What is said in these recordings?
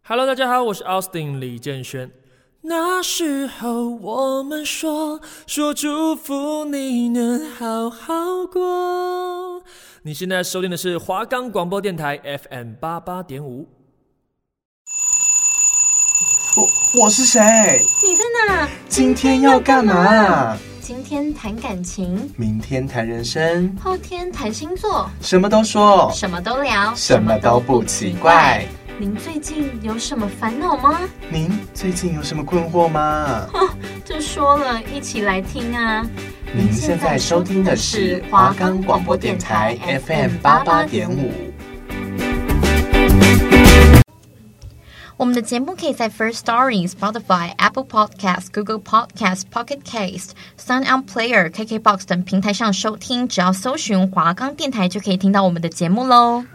Hello， 大家好，我是 Austin 李建轩。那时候我们说祝福你能好好过。你现在收听的是华冈广播电台 FM 88.5。 我是谁？ 你在哪？ 今天要干嘛？ 今天谈感情， 明天谈人生， 后天谈星座， 什么都说， 什么都聊， 什么都不奇怪。 您最近有什么烦恼吗？ 您最近有什么困惑吗？ 这说了，一起来听啊！ 您现在收听的是华冈广播电台 FM 88.5。 我们的节目可以在 First Story、Spotify、Apple Podcast、Google Podcast、Pocket Cast、Sound Player、KKBox 等平台上收听，只要搜寻华冈电台就可以听到我们的节目咯。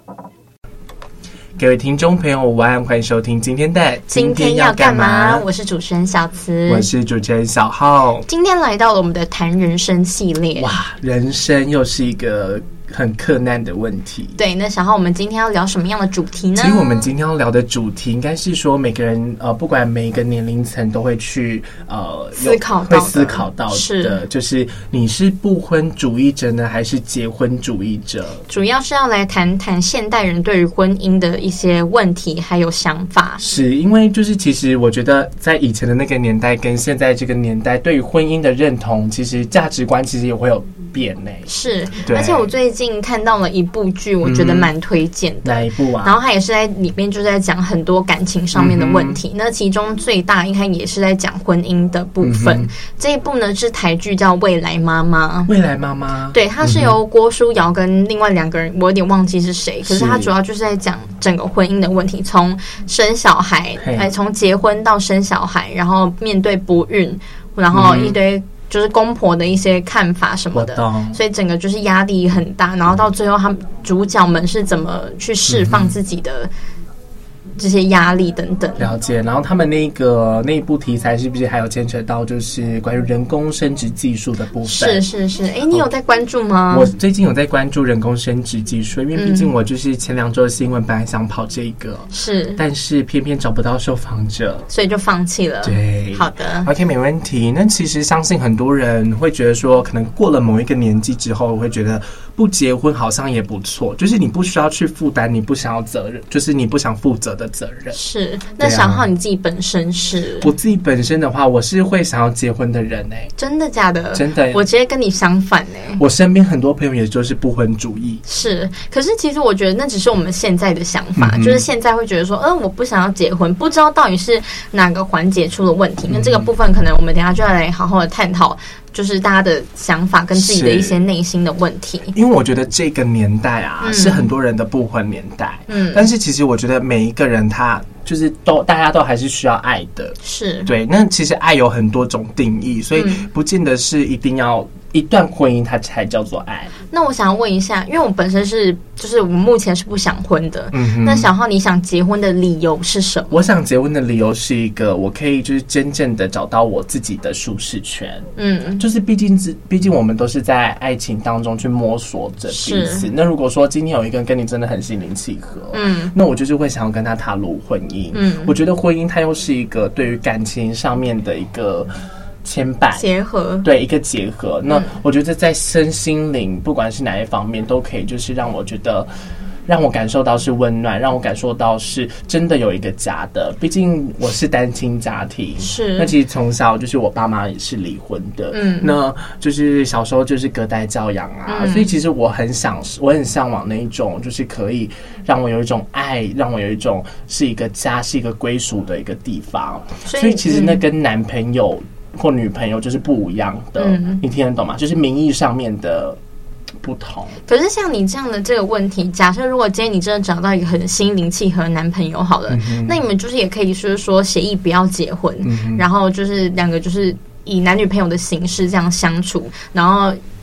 各位听众朋友晚安，欢迎收听今天的今天要干嘛？我是主持人小慈， 我是主持人小浩。 今天来到了我们的谈人生系列。 哇，人生又是一个很困难的问题。 对，那小浩，我们今天要聊什么样的主题呢？ 其实我们今天要聊的主题应该是说，每个人不管每一个年龄层都会去思考到的，就是你是不婚主义者呢，还是结婚主义者？ 主要是要来谈谈现代人对于婚姻的一些问题还有想法。 是因为就是其实我觉得在以前的那个年代跟现在这个年代，对于婚姻的认同，其实价值观其实也会有变呢。 是，而且我最近看到了一部剧，我觉得蛮推荐的。 哪一部啊？ 然后它也是在里面就在讲很多感情上面的问题。那其中最大应该也是在讲婚姻的部分。这一部呢是台剧叫《未来妈妈》。 未来妈妈， 对，它是由郭书瑶跟另外两个人，我有点忘记是谁。可是它主要就是在讲整个婚姻的问题，从生小孩，从结婚到生小孩，然后面对不孕，然后一堆就是公婆的一些看法什么的，所以整个就是压力很大。然后到最后，他们主角们是怎么去释放自己的这些压力等等。 了解。然后他们那一部题材是不是还有牵扯到就是关于人工生殖技术的部分？是。 你有在关注吗？ 我最近有在关注人工生殖技术，因为毕竟我就是前2周的新闻本来想跑这个，是，但是偏偏找不到受访者， 所以就放弃了。 对， 好的 ，OK， 没问题。那其实相信很多人会觉得说，可能过了某一个年纪之后，会觉得不结婚好像也不错，就是你不需要去负担你不想要责任，就是你不想负责的责任。 是。那小浩你自己本身是？ 我自己本身的话，我是会想要结婚的人欸。 真的假的？ 真的， 我直接跟你相反欸。 我身边很多朋友也就是不婚主义。 是，可是其实我觉得那只是我们现在的想法，就是现在会觉得说，我不想要结婚，不知道到底是哪个环节出了问题。那这个部分可能我们等一下就要来好好的探讨，就是大家的想法跟自己的一些内心的问题。 因为我觉得这个年代啊，是很多人的不婚年代。但是其实我觉得每一个人他就是大家都还是需要爱的。是。对，那其实爱有很多种定义，所以不见得是一定要一段婚姻它才叫做爱。 那我想要问一下，因为我本身就是我目前是不想婚的。那小浩你想结婚的理由是什么？ 我想结婚的理由是一个我可以就是真正的找到我自己的舒适圈。就是毕竟我们都是在爱情当中去摸索着彼此。那如果说今天有一个人跟你真的很心灵契合，那我就是会想要跟他踏入婚姻。我觉得婚姻它又是一个对于感情上面的一个牵绊结合， 对，一个结合。那我觉得在身心灵不管是哪一方面都可以，就是让我感受到是温暖，让我感受到是真的有一个家的。毕竟我是单亲家庭，是。那其实从小就是我爸妈也是离婚的，那就是小时候就是隔代教养啊，所以其实我很向往那一种，就是可以让我有一种爱，让我有一种是一个家，是一个归属的一个地方。所以其实那跟男朋友或女朋友就是不一样的，你听得懂吗？就是名义上面的不同。 可是像你这样的这个问题，假设如果今天你真的找到一个很心灵契合的男朋友好了，那你们就是也可以说协议不要结婚，然后就是两个就是以男女朋友的形式这样相处，然后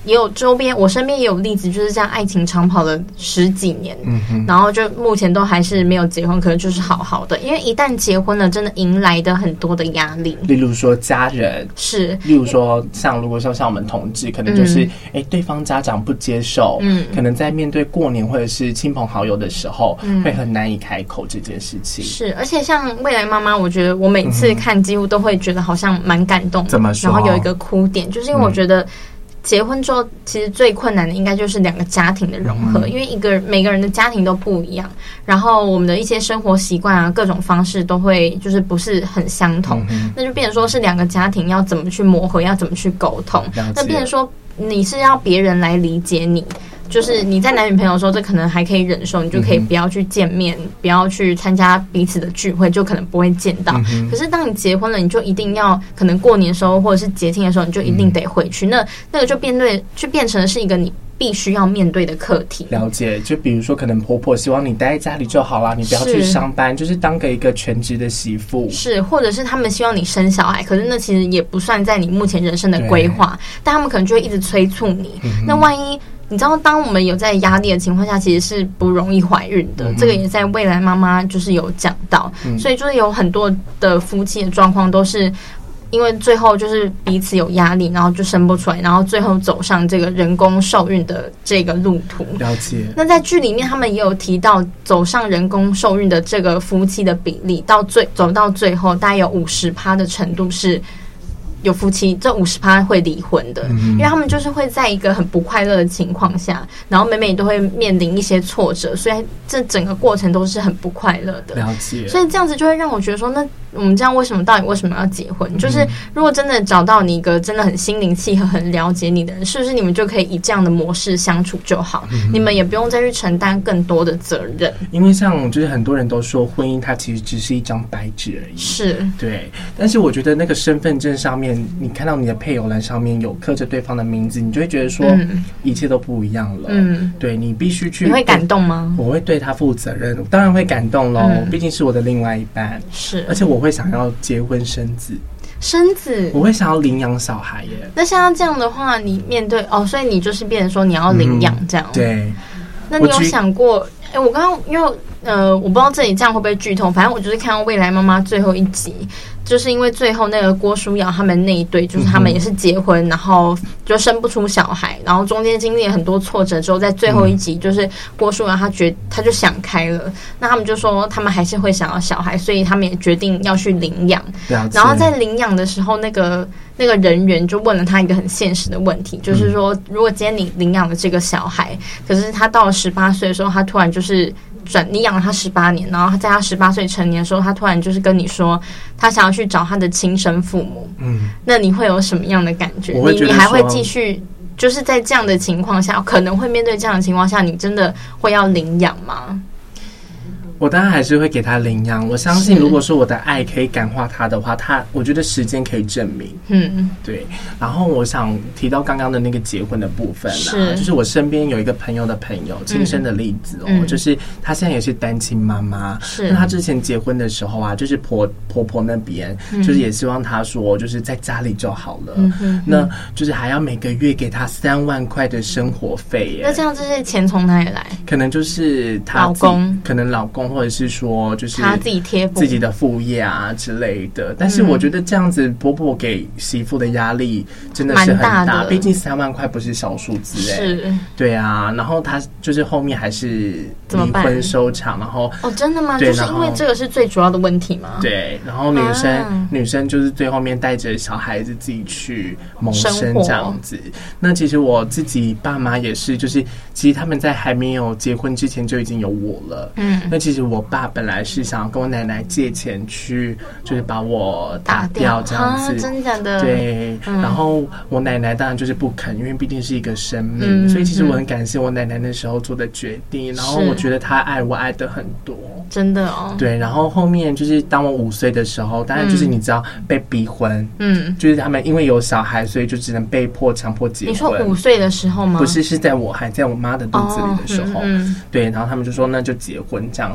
也有周边，我身边也有例子，就是这样爱情长跑了10几年，然后就目前都还是没有结婚，可能就是好好的。因为一旦结婚了，真的迎来的很多的压力， 例如说家人是，例如说如果说像我们同志，可能就是对方家长不接受，可能在面对过年或者是亲朋好友的时候，会很难以开口这件事情。 是，而且像未来妈妈，我觉得我每次看几乎都会觉得好像蛮感动的。 怎么说？ 然后有一个哭点，就是因为我觉得结婚之后，其实最困难的应该就是2个家庭的融合，因为每个人的家庭都不一样，然后我们的一些生活习惯啊，各种方式都会就是不是很相同，那就变成说是2个家庭要怎么去磨合，要怎么去沟通，那变成说你是要别人来理解你。就是你在男女朋友的时候，这可能还可以忍受，你就可以不要去见面，不要去参加彼此的聚会，就可能不会见到。可是当你结婚了，你就一定要，可能过年的时候或者是节庆的时候，你就一定得回去。那个就变成是一个你必须要面对的课题。 了解，就比如说可能婆婆希望你待在家里就好啦，你不要去上班，就是当一个全职的媳妇。 是，或者是他们希望你生小孩，可是那其实也不算在你目前人生的规划，但他们可能就会一直催促你。那万一你知道，当我们有在压力的情况下，其实是不容易怀孕的。这个也在未来妈妈就是有讲到，所以就是有很多的夫妻的状况都是因为最后就是彼此有压力，然后就生不出来，然后最后走上这个人工受孕的这个路途。 了解。那在剧里面，他们也有提到走上人工受孕的这个夫妻的比例，走到最后，大概有50%的程度是有夫妻，这50%会离婚的，因为他们就是会在一个很不快乐的情况下，然后每每都会面临一些挫折，所以这整个过程都是很不快乐的。 了解。 所以这样子就会让我觉得说，那我们这样到底为什么要结婚？就是如果真的找到你一个真的很心灵契合、很了解你的人，是不是你们就可以以这样的模式相处就好？你们也不用再去承担更多的责任。 因为像就是很多人都说，婚姻它其实只是一张白纸而已。 是， 对。但是我觉得那个身份证上面，你看到你的配偶栏上面有刻着对方的名字，你就会觉得说，一切都不一样了。对，你必须去。 你会感动吗？ 我会对他负责任，当然会感动咯，毕竟是我的另外一半。 是， 而且我会想要结婚生子，我会想要领养小孩耶。 那像这样的话，你面对所以你就是变成说你要领养这样。 对。 那你有想过？我刚刚因为我不知道这里这样会不会剧透，反正我就是看到未来妈妈最后一集，就是因为最后那个郭书瑶他们那一对，就是他们也是结婚，然后就生不出小孩，然后中间经历了很多挫折之后，在最后一集，就是郭书瑶他就想开了，那他们就说他们还是会想要小孩，所以他们也决定要去领养。然后在领养的时候，那个人员就问了他一个很现实的问题，就是说，如果今天你领养了这个小孩，可是他到了18岁的时候，他突然就是你养了他18年，然后在他18岁成年的时候，他突然就是跟你说，他想要去找他的亲生父母。那你会有什么样的感觉？你还会继续？就是在这样的情况下，可能会面对这样的情况下，你真的会要领养吗？ 我当然还是会给他领养。我相信，如果说我的爱可以感化他的话，我觉得时间可以证明。对。然后我想提到刚刚的那个结婚的部分啦，就是我身边有一个朋友的朋友，亲身的例子就是他现在也是单亲妈妈。那他之前结婚的时候啊，就是婆婆那边就是也希望他说，就是在家里就好了。那就是还要每个月给他3万块的生活费耶。 那这样这些钱从哪里来？ 可能就是他老公， 可能老公。或者是说，就是他自己贴自己的副业啊之类的，但是我觉得这样子婆婆给媳妇的压力真的是很大，毕竟3万块不是小数字是， 对啊。然后他就是后面还是离婚收场，然后真的吗？就是因为这个是最主要的问题吗？ 对，然后女生就是最后面带着小孩子自己去谋生这样子。那其实我自己爸妈也是，就是其实他们在还没有结婚之前就已经有我了。那其实我爸本来是想要跟我奶奶借钱去，就是把我打掉这样子。 真的假的？ 对。然后我奶奶当然就是不肯，因为毕竟是一个生命，所以其实我很感谢我奶奶那时候做的决定。然后我觉得她爱我爱的很多， 真的哦。 对。然后后面就是当我5岁的时候，当然就是你知道被逼婚，就是他们因为有小孩，所以就只能被迫强迫结婚。 你说5岁的时候吗？ 不是，是在我还在我妈的肚子里的时候。对。然后他们就说那就结婚这样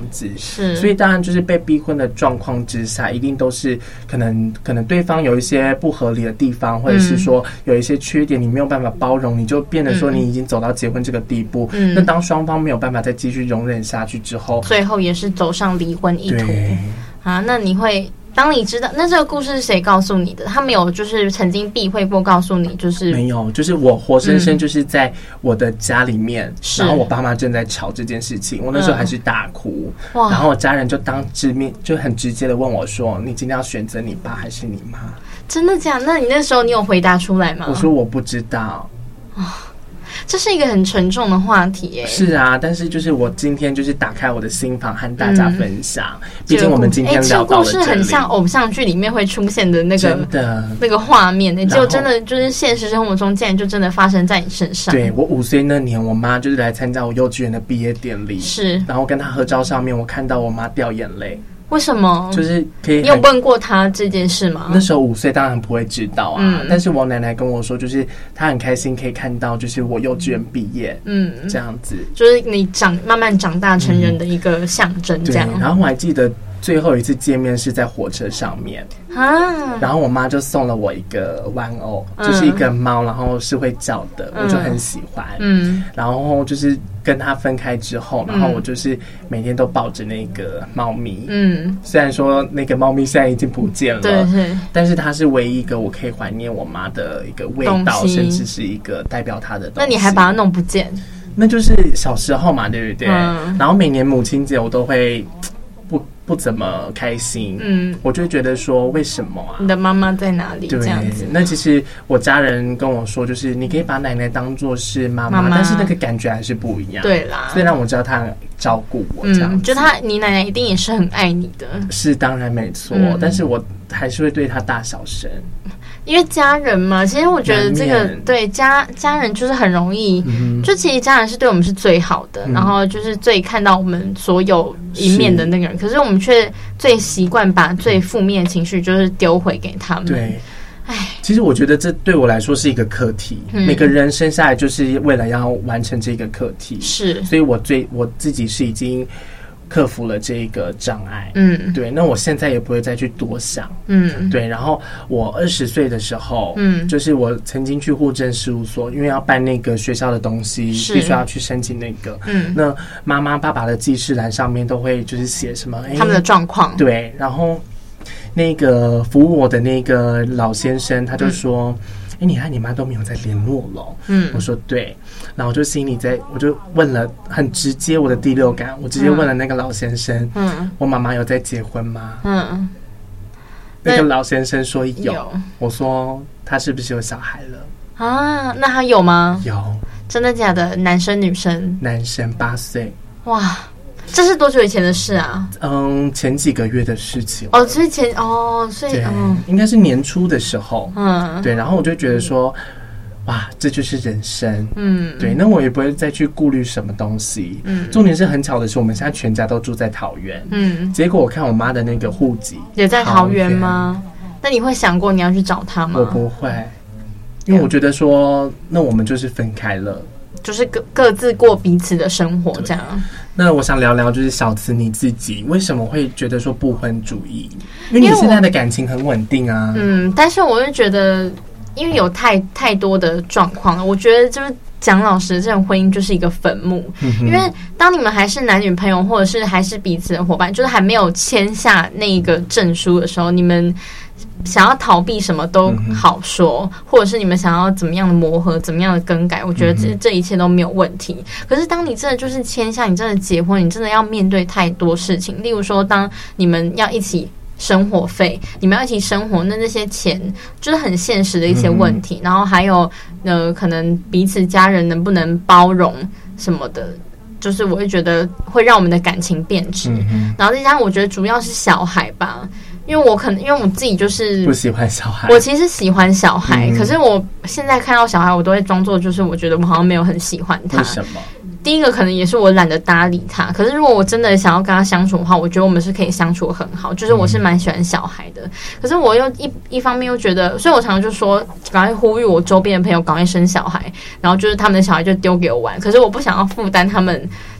子。 是， 所以当然就是被逼婚的状况之下，一定都是可能对方有一些不合理的地方，或者是说有一些缺点你没有办法包容，你就变得说你已经走到结婚这个地步。那当双方没有办法再继续容忍下去之后， 最后也是走上离婚一途啊。那你会？当你知道那这个故事是谁告诉你的？他没有就是曾经避讳过告诉你，就是没有，就是我活生生就是在我的家里面，然后我爸妈正在吵这件事情，我那时候还是大哭，然后我家人就当直面就很直接的问我说：“你今天要选择你爸还是你妈？” 真的假的？那你那时候你有回答出来吗？ 我说我不知道。 这是一个很沉重的话题耶。 是啊，但是就是我今天就是打开我的心房和大家分享，毕竟我们今天聊到了这里。 这个故事很像偶像剧里面会出现的那个画面，结果真的就是现实生活中竟然就真的发生在你身上。 对，我5岁那年，我妈就是来参加我幼稚园的毕业典礼， 是， 然后跟她合照上面，我看到我妈掉眼泪。 为什么？ 就是可以， 你有问过他这件事吗？ 那时候5岁，当然不会知道啊。但是我奶奶跟我说，就是她很开心可以看到，就是我幼稚园毕业，这样子， 就是你慢慢长大成人的一个象征，这样。 然后我还记得最后一次见面是在火车上面啊，然后我妈就送了我一个玩偶，就是一个猫，然后是会叫的，我就很喜欢。然后就是跟她分开之后，然后我就是每天都抱着那个猫咪。虽然说那个猫咪现在已经不见了，对，但是它是唯一一个我可以怀念我妈的一个味道，甚至是一个代表她的东西。 那你还把它弄不见？ 那就是小时候嘛，对不对？然后每年母亲节我都会不怎么开心，我就会觉得说为什么啊？ 你的妈妈在哪里？这样子。 那其实我家人跟我说，就是你可以把奶奶当作是妈妈，但是那个感觉还是不一样。对啦，所以让我知道她照顾我这样子。就你奶奶一定也是很爱你的。 是，当然没错，但是我还是会对她大小声。 因为家人嘛，其实我觉得这个对家人就是很容易，就其实家人是对我们是最好的，然后就是最看到我们所有一面的那个人，可是我们却最习惯把最负面的情绪就是丢回给他们。 对，其实我觉得这对我来说是一个课题，每个人生下来就是为了要完成这个课题，是，所以我自己是已经克服了这个障碍，对，那我现在也不会再去多想，对。然后我20岁的时候，就是我曾经去户政事务所，因为要办那个学校的东西，必须要去申请那个，那妈妈爸爸的记事栏上面都会就是写什么他们的状况， 对，然后那个服务我的那个老先生他就说。你和你妈都没有再联络了。我说对，然后我就心里我就问了，很直接我的第六感，我直接问了那个老先生，我妈妈有在结婚吗？那个老先生说有。我说他是不是有小孩了？ 啊，那他有吗？ 有。 真的假的？男生女生？ 男生8岁。 哇。这是多久以前的事啊？ 前几个月的事情。 所以所以应该是年初的时候。对，然后我就觉得说，哇，这就是人生。对，那我也不会再去顾虑什么东西。重点是很巧的是，我们现在全家都住在桃园。结果我看我妈的那个户籍也在桃园吗？那你会想过你要去找她吗？ 我不会，因为我觉得说，那我们就是分开了。 就是各自过彼此的生活，这样。 那我想聊聊，就是小慈你自己为什么会觉得说不婚主义？因为你现在的感情很稳定啊。 但是我就觉得，因为有太多的状况了，我觉得就是讲老实，这种婚姻就是一个坟墓。因为当你们还是男女朋友，或者是还是彼此的伙伴，就是还没有签下那个证书的时候，你们想要逃避什么都好说，或者是你们想要怎么样的磨合，怎么样的更改，我觉得这一切都没有问题。可是当你真的就是签下，你真的结婚，你真的要面对太多事情。例如说，当你们要一起生活费，你们要一起生活，那些钱就是很现实的一些问题。然后还有可能彼此家人能不能包容什么的，就是我会觉得会让我们的感情变质。然后再加上我觉得主要是小孩吧。因为我自己就是不喜欢小孩， 我其实喜欢小孩，可是我现在看到小孩，我都会装作就是我觉得我好像没有很喜欢他。 为什么？ 第一个可能也是我懒得搭理他，可是如果我真的想要跟他相处的话，我觉得我们是可以相处很好，就是我是蛮喜欢小孩的。可是我又一方面又觉得，所以我常常就说赶快呼吁我周边的朋友赶快生小孩，然后就是他们的小孩就丢给我玩，可是我不想要负担他们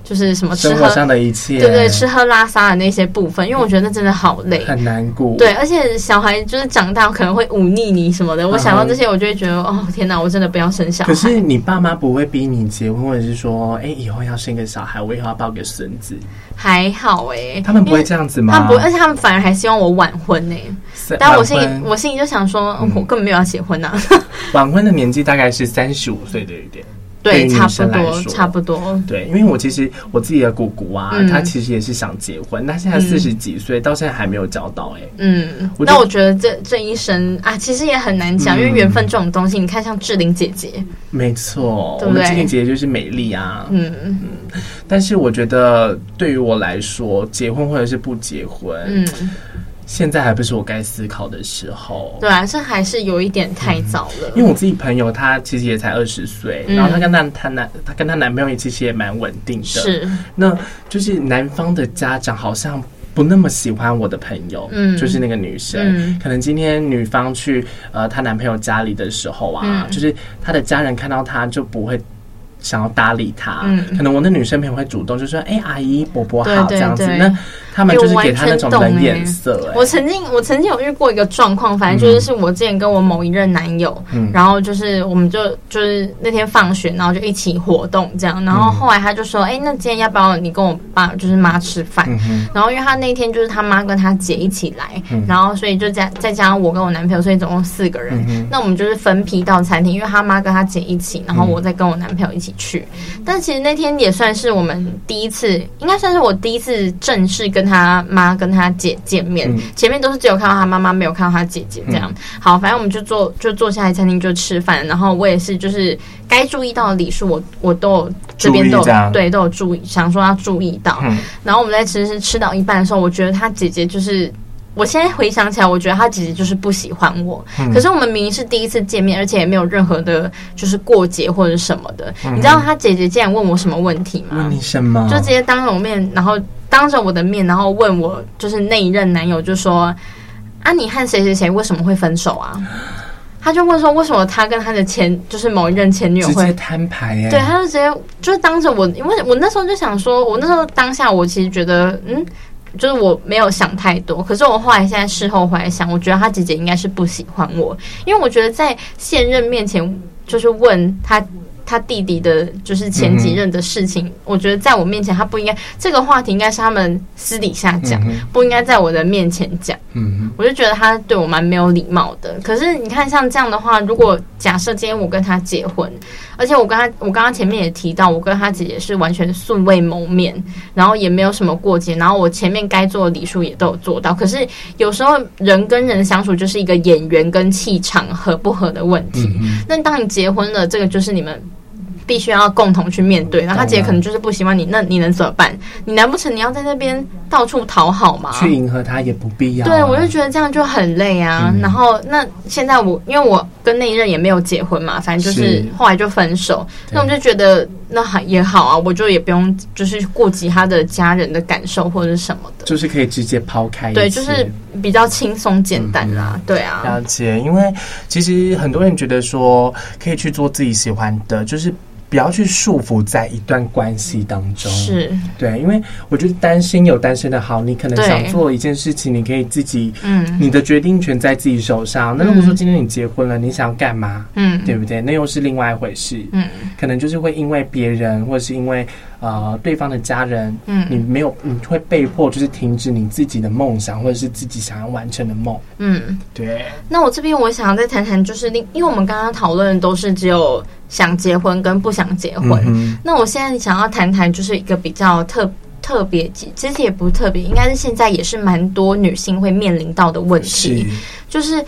就是什么吃生活上的一切， 对对，吃喝拉撒的那些部分，因为我觉得那真的好累， 很难过。 对，而且小孩就是长大可能会忤逆你什么的，我想到这些我就会觉得哦天哪，我真的不要生小孩。 可是你爸妈不会逼你结婚，或者是说以后要生个小孩，我以后要抱个孙子？ 还好他们不会这样子吗？ 他们不会，而且他们反而还希望我晚婚但我心里就想说，我根本没有要结婚啊。 晚婚的年纪大概是35岁，对不对？ 对，差不多。 对，因为我其实我自己的姑姑啊，她其实也是想结婚，她现在40几岁，到现在还没有交到那我觉得这一生啊，其实也很难讲，因为缘分这种东西，你看像志玲姐姐， 没错， 对不对？ 我们志玲姐姐就是美丽啊，但是我觉得对于我来说，结婚或者是不结婚，现在还不是我该思考的时候。 对啊，这还是有一点太早了。 因为我自己朋友她其实也才20岁，然后她跟她男朋友其实也蛮稳定的。 是， 那就是男方的家长好像不那么喜欢我的朋友，就是那个女生，可能今天女方去她男朋友家里的时候啊，就是她的家人看到她就不会想要搭理他，可能我的女生朋友会主动就说阿姨伯伯好这样子，那他们就是给他那种冷眼色。 我曾经有遇过一个状况，反正就是我之前跟我某一任男友，然后就是我们就是那天放学，然后就一起活动这样，然后后来他就说那今天要不要你跟我爸就是妈吃饭，然后因为他那天就是他妈跟他姐一起来，然后所以就再加上我跟我男朋友，所以总共4个人，那我们就是分批到餐厅，因为他妈跟他姐一起，然后我再跟我男朋友一起去。但其实那天也算是我们第一次，应该算是我第一次正式跟他妈跟他姐见面，前面都是只有看到他妈妈，没有看到他姐姐这样。好，反正我们就坐下来餐厅就吃饭，然后我也是就是该注意到的礼数我都有这边都有注意，想说要注意到。然后我们在吃到一半的时候，我觉得他姐姐就是。我现在回想起来，我觉得他姐姐就是不喜欢我。可是我们明明是第一次见面，而且也没有任何的，就是过节或者什么的。你知道他姐姐竟然问我什么问题吗？ 问你什么？ 就直接当着我面，然后当着我的面，然后问我，就是那一任男友就说：“啊，你和谁谁谁为什么会分手啊？”他就问说，为什么他跟他的就是某一任前女友会直接摊牌对，他就直接就是当着我，因为我那时候就想说，我那时候当下我其实觉得就是我没有想太多，可是我后来现在事后回来想，我觉得他姐姐应该是不喜欢我，因为我觉得在现任面前就是问他弟弟的就是前几任的事情，我觉得在我面前他不应该，这个话题应该是他们私底下讲，不应该在我的面前讲。我就觉得他对我蛮没有礼貌的。可是你看像这样的话，如果假设今天我跟他结婚，而且我刚刚前面也提到，我跟他姐姐是完全素未谋面，然后也没有什么过节，然后我前面该做的礼数也都有做到。可是有时候人跟人相处就是一个眼缘跟气场合不合的问题。那当你结婚了，这个就是你们必须要共同去面对，然后他姐可能就是不喜欢你，那你能怎么办？你难不成你要在那边到处讨好吗？ 去迎合他也不必要。 对，我就觉得这样就很累啊。然后那现在因为我跟那一任也没有结婚嘛，反正就是后来就分手。那我就觉得那也好啊，我就也不用就是顾及他的家人的感受或者是什么的， 就是可以直接抛开。 对，就是比较轻松简单啦。对啊， 了解。因为其实很多人觉得说可以去做自己喜欢的，就是不要去束缚在一段关系当中。 是， 对，因为我觉得单身有单身的好，你可能想做一件事情，你可以自己，你的决定权在自己手上。那如果说今天你结婚了，你想干嘛？对不对？那又是另外一回事。可能就是会因为别人，或者是因为对方的家人，你会被迫就是停止你自己的梦想，或者是自己想要完成的梦。对。那我这边我想要再谈谈，就是因为我们刚刚讨论的都是只有想结婚跟不想结婚，那我现在想要谈谈就是一个比较特别，其实也不是特别，应该是现在也是蛮多女性会面临到的问题，就是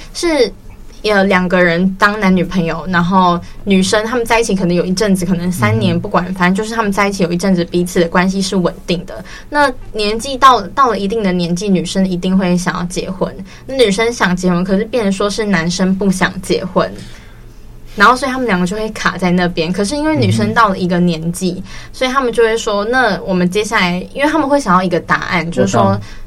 2个人当男女朋友，然后女生他们在一起可能有一阵子，可能3年，不管，反正就是他们在一起有一阵子，彼此的关系是稳定的。那年纪到了一定的年纪，女生一定会想要结婚。那女生想结婚，可是变成说是男生不想结婚。然后所以他们2个就会卡在那边，可是因为女生到了一个年纪，所以他们就会说，那我们接下来，因为他们会想要一个答案，就是说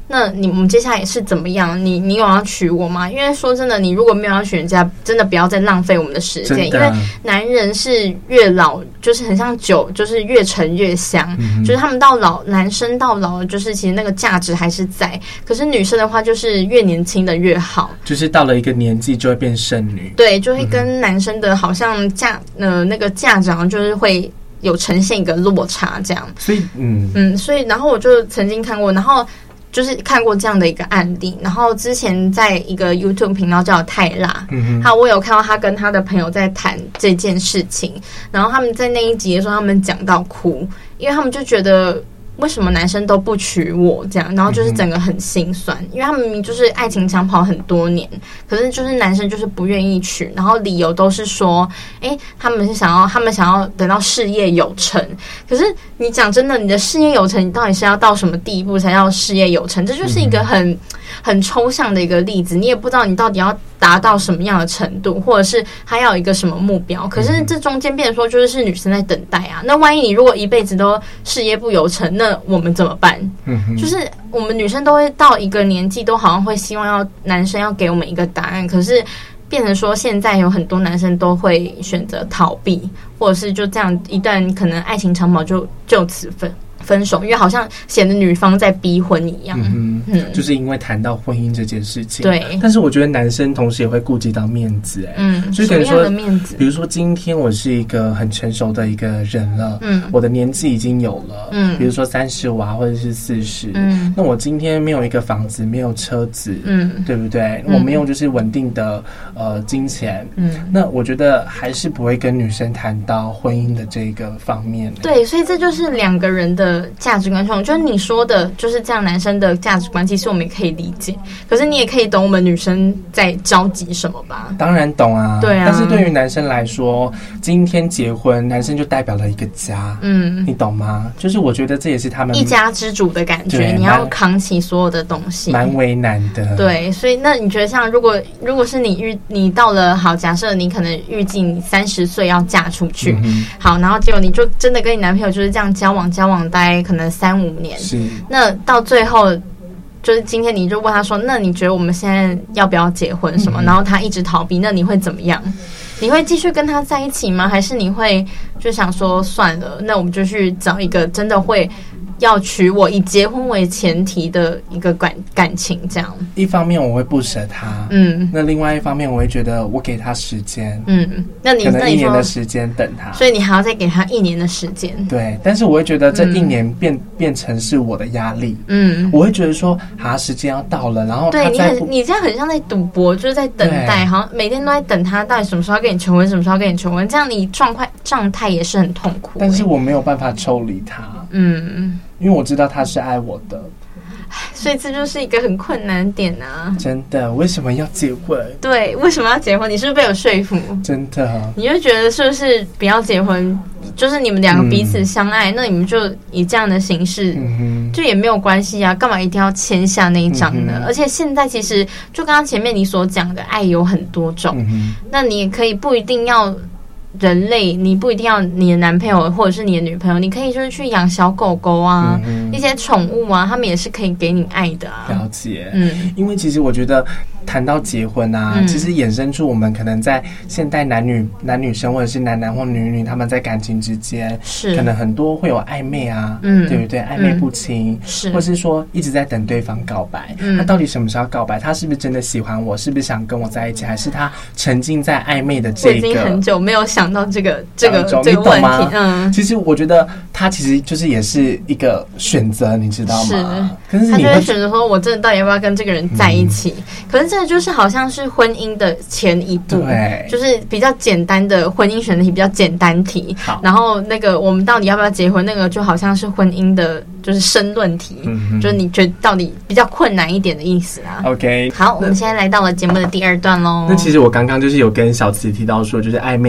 那我们接下来是怎么样？你有要娶我吗？因为说真的，你如果没有要娶人家，真的不要再浪费我们的时间，因为男人是越老就是很像酒，就是越陈越香，就是他们到老，男生到老就是其实那个价值还是在，可是女生的话就是越年轻的越好， 就是到了一个年纪就会变剩女， 对，就会跟男生的好像那个价值好像就是会有呈现一个落差这样， 所以所以然后我就曾经看过，然后就是看过这样的一个案例，然后之前在一个 YouTube 频道叫泰辣，我有看到他跟他的朋友在谈这件事情，然后他们在那一集的时候，他们讲到哭，因为他们就觉得为什么男生都不娶我这样，然后就是整个很心酸，因为他们明明就是爱情长跑很多年，可是就是男生就是不愿意娶，然后理由都是说，他们想要等到事业有成。可是你讲真的，你的事业有成，你到底是要到什么地步才叫事业有成？这就是一个很抽象的一个例子，你也不知道你到底要达到什么样的程度，或者是还要有一个什么目标。可是这中间变成说，就是女生在等待啊。那万一你如果一辈子都事业不有成，那我们怎么办？就是我们女生都会到一个年纪，都好像会希望男生要给我们一个答案，可是变成说现在有很多男生都会选择逃避，或者是就这样一段可能爱情长跑就此分手，因为好像显得女方在逼婚一样。 就是因为谈到婚姻这件事情， 对。 但是我觉得男生同时也会顾及到面子，就是等于说，比如说今天我是一个很成熟的一个人了，我的年纪已经有了，比如说35啊，或者是40，那我今天没有一个房子，没有车子，对不对？我没有就是稳定的金钱，那我觉得还是不会跟女生谈到婚姻的这个方面。 对，所以这就是两个人的价值观上，就是你说的就是这样，男生的价值观其实我们也可以理解，可是你也可以懂我们女生在着急什么吧？ 当然懂啊， 对啊。 但是对于男生来说，今天结婚，男生就代表了一个家，你懂吗？就是我觉得这也是他们一家之主的感觉，你要扛起所有的东西， 蛮为难的。 对，所以那你觉得像如果是你到了好，假设你可能预计你30岁要嫁出去，好，然后结果你就真的跟你男朋友就是这样交往大概可能3-5年， 是那到最后就是今天你就问他说，那你觉得我们现在要不要结婚什么？然后他一直逃避，那你会怎么样？你会继续跟他在一起吗？还是你会就想说算了，那我们就去找一个真的会要娶我以结婚为前提的一个感情这样？ 一方面我会不舍他，那另外一方面我会觉得我给他时间， 那你可能1年的时间等他， 所以你还要再给他1年的时间。 对，但是我会觉得这1年变成是我的压力，我会觉得说时间要到了，然后他你这样很像在赌博，就是在等待，好像每天都在等他到底什么时候要跟你求婚，什么时候要跟你求婚，这样你状态也是很痛苦。 但是我没有办法抽离他，因为我知道他是爱我的， 所以这就是一个很困难点啊！ 真的，为什么要结婚？ 对，为什么要结婚？你是不是被我说服？ 真的， 你就觉得是不是不要结婚？就是你们两个彼此相爱，那你们就以这样的形式，就也没有关系啊，干嘛一定要签下那一张呢？而且现在其实就刚刚前面你所讲的，爱有很多种，那你也可以不一定要。人类，你不一定要你的男朋友或者是你的女朋友，你可以就是去养小狗狗啊，一些宠物啊，他们也是可以给你爱的啊。 了解，因为其实我觉得谈到结婚啊，其实衍生出我们可能在现代男女生或者是男或女他们在感情之间，可能很多会有暧昧啊，对不对？暧昧不清，或是说一直在等对方告白，他到底什么时候告白？他是不是真的喜欢我？是不是想跟我在一起？还是他沉浸在暧昧的这个？ 我已经很久没有想到这个问题， 其实我觉得他其实就是也是一一个选择，你知道吗？可是他就会选择说，我真的到底要不要跟这个人在一起？可是这个就是好像是婚姻的前一步，对，就是比较简单的婚姻选择题，比较简单题。然后那个我们到底要不要结婚，那个就好像是婚姻的，就是申论题，就是你觉得到底比较困难一点的意思啊。 OK， 好，我们现在来到了节目的第二段喽。 那其实我刚刚就是有跟小慈提到说，就是暧昧跟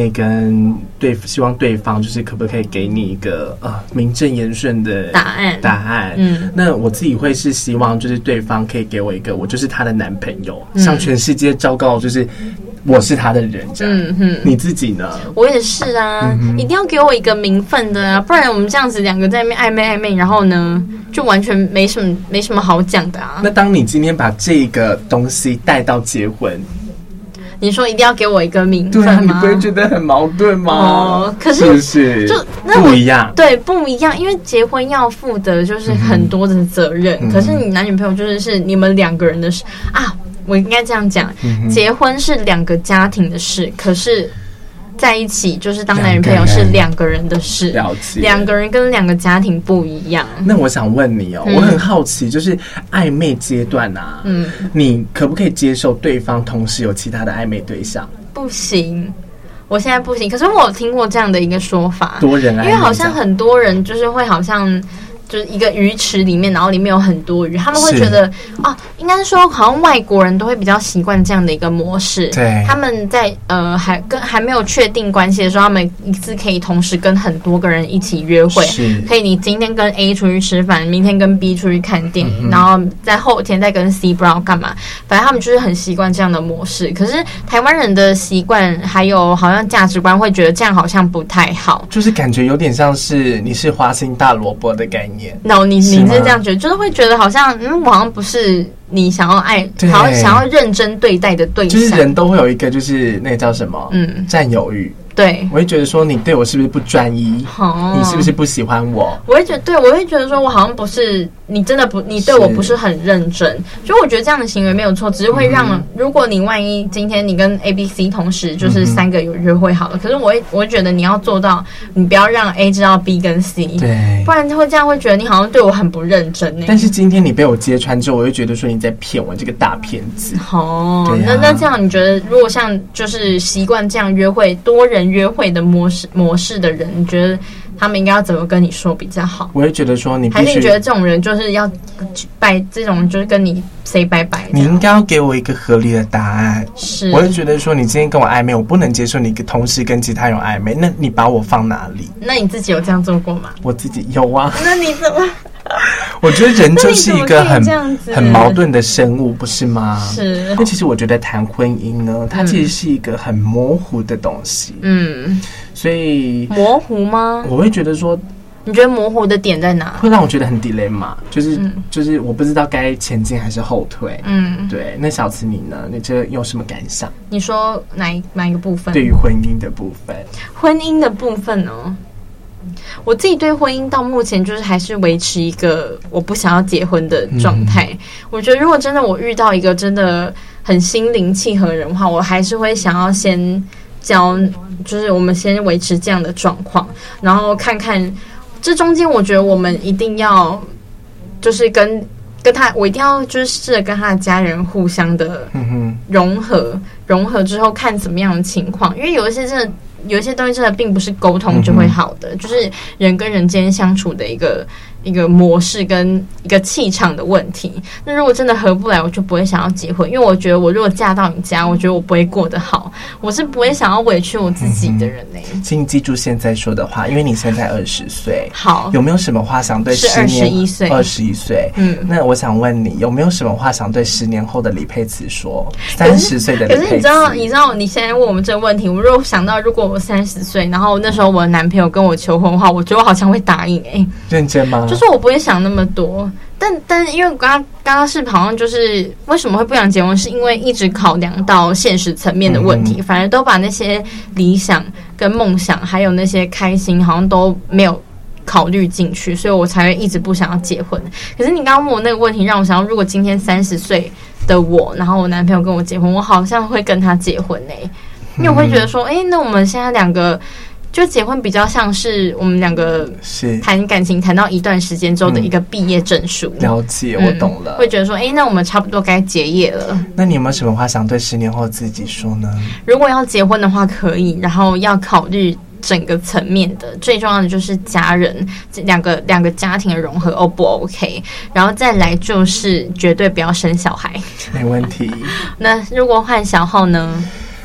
能希望对方就是可不可以给你一个名正言顺的答案。那我自己会是希望就是对方可以给我一个我就是他的男朋友，向全世界昭告就是我是他的人这样。你自己呢？ 我也是啊，一定要给我一个名分的啊，不然我们这样子两个在那边暧昧，然后呢就完全没什么好讲的啊。 那当你今天把这个东西带到结婚， 你说一定要给我一个名分吗？ 对啊，你不会觉得很矛盾吗？ 可是是不是就不一样？ 对，不一样，因为结婚要负的就是很多的责任，可是你男女朋友就是你们两个人的事啊。我应该这样讲，结婚是两个家庭的事，可是在一起就是当男女朋友是两个人的事， 了解， 两个人跟两个家庭不一样。 那我想问你我很好奇，就是暧昧阶段啊，你可不可以接受对方同时有其他的暧昧对象？ 不行。我现在不行，可是我有听过这样的一个说法， 多人暧昧， 因为好像很多人就是会好像就是一个鱼池里面，然后里面有很多鱼，他们会觉得应该说好像外国人都会比较习惯这样的一个模式。 对， 他们在还没有确定关系的时候，他们一次可以同时跟很多个人一起约会，可以你今天跟 A 出去吃饭，明天跟 B 出去看电影，然后在后天再跟 C 不知道干嘛，反正他们就是很习惯这样的模式。可是台湾人的习惯还有好像价值观会觉得这样好像不太好， 就是感觉有点像是你是花心大萝卜的概念。 No， 你是这样觉得，就是会觉得好像我好像不是你想要好像想要认真对待的对象， 就是人都会有一个就是那个叫什么占有欲。对，我会觉得说你对我是不是不专一？你是不是不喜欢我？ 我会觉得，对，我会觉得说我好像不是你真的不，你对我不是很认真。所以我觉得这样的行为没有错，只是会让如果你万一今天你跟 A、B、C 同时就是3个有约会好了，可是我会觉得你要做到，你不要让 A 知道 B 跟 C， 对，不然会这样会觉得你好像对我很不认真。 但是今天你被我揭穿之后，我会觉得说你在骗我，这个大骗子。 那这样你觉得，如果像就是习惯这样约会多人约会的模式的人，你觉得他们应该要怎么跟你说比较好？ 我会觉得说你必须， 还是你觉得这种人就是要这种人就是跟你 say 拜拜？ 你应该要给我一个合理的答案。 是， 我会觉得说你今天跟我暧昧，我不能接受你同时跟其他人暧昧，那你把我放哪里？ 那你自己有这样做过吗？ 我自己有啊。 那你怎么？ 我觉得人就是一个很矛盾的生物，不是吗？ 是。 那其实我觉得谈婚姻呢，它其实是一个很模糊的东西。所以模糊吗？ 我会觉得说， 你觉得模糊的点在哪？ 会让我觉得很 dilemma， 就是我不知道该前进还是后退。对。那小慈你呢？你这有什么感想？ 你说哪一个部分？ 对于婚姻的部分。 婚姻的部分呢？我自己对婚姻到目前就是还是维持一个我不想要结婚的状态。我觉得如果真的我遇到一个真的很心灵契合的人的话，我还是会想要先就是我们先维持这样的状况，然后看看这中间，我觉得我们一定要就是跟他，我一定要就是试着跟他的家人互相的融合之后看怎么样的情况，因为有一些东西真的并不是沟通就会好的，就是人跟人之间相处的一个模式跟一个气场的问题。那如果真的合不来，我就不会想要结婚，因为我觉得我如果嫁到你家，我觉得我不会过得好，我是不会想要委屈我自己的人呢。 请你记住现在说的话，因为你现在20岁。 好， 有没有什么话想对10年21岁？那我想问你，有没有什么话想对10年后的李佩慈说？30岁的李佩慈。可是你知道你现在问我们这个问题，我如果想到如果我30岁，然后那时候我的男朋友跟我求婚的话，我觉得我好像会答应。 认真吗？ 就是我不会想那么多，但是因为刚刚是好像就是为什么会不想结婚，是因为一直考量到现实层面的问题，反而都把那些理想跟梦想还有那些开心好像都没有考虑进去，所以我才会一直不想要结婚。可是你刚刚问我那个问题，让我想到如果今天30岁的我，然后我男朋友跟我结婚，我好像会跟他结婚因为我会觉得说那我们现在两个就结婚比较像是我们两个谈感情谈到一段时间之后的一个毕业证书。 了解，我懂了。 会觉得说那我们差不多该结业了。 那你有没有什么话想对10年后自己说呢？ 如果要结婚的话可以，然后要考虑整个层面的，最重要的就是家人两个家庭的融合 O 不 OK， 然后再来就是绝对不要生小孩。 没问题。 那如果换小号呢？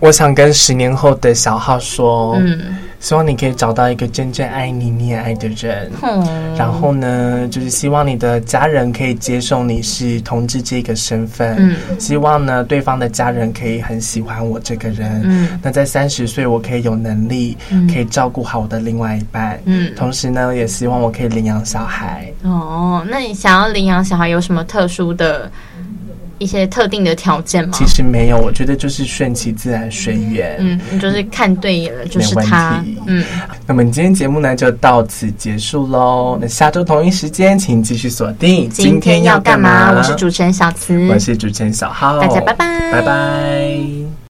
我想跟10年后的小浩说，希望你可以找到一个真正爱你、你也爱的人。然后呢，就是希望你的家人可以接受你是同志这个身份。希望呢，对方的家人可以很喜欢我这个人。那在30岁，我可以有能力，可以照顾好我的另外一半。同时呢，也希望我可以领养小孩。 哦，那你想要领养小孩有什么特殊的一些特定的条件吗？ 其实没有，我觉得就是顺其自然随缘。 你就是看对眼了就是他。 那么今天节目呢就到此结束咯。那下周同一时间请继续锁定今天要干嘛。我是主持人小慈， 我是主持人小浩， 大家拜拜拜拜。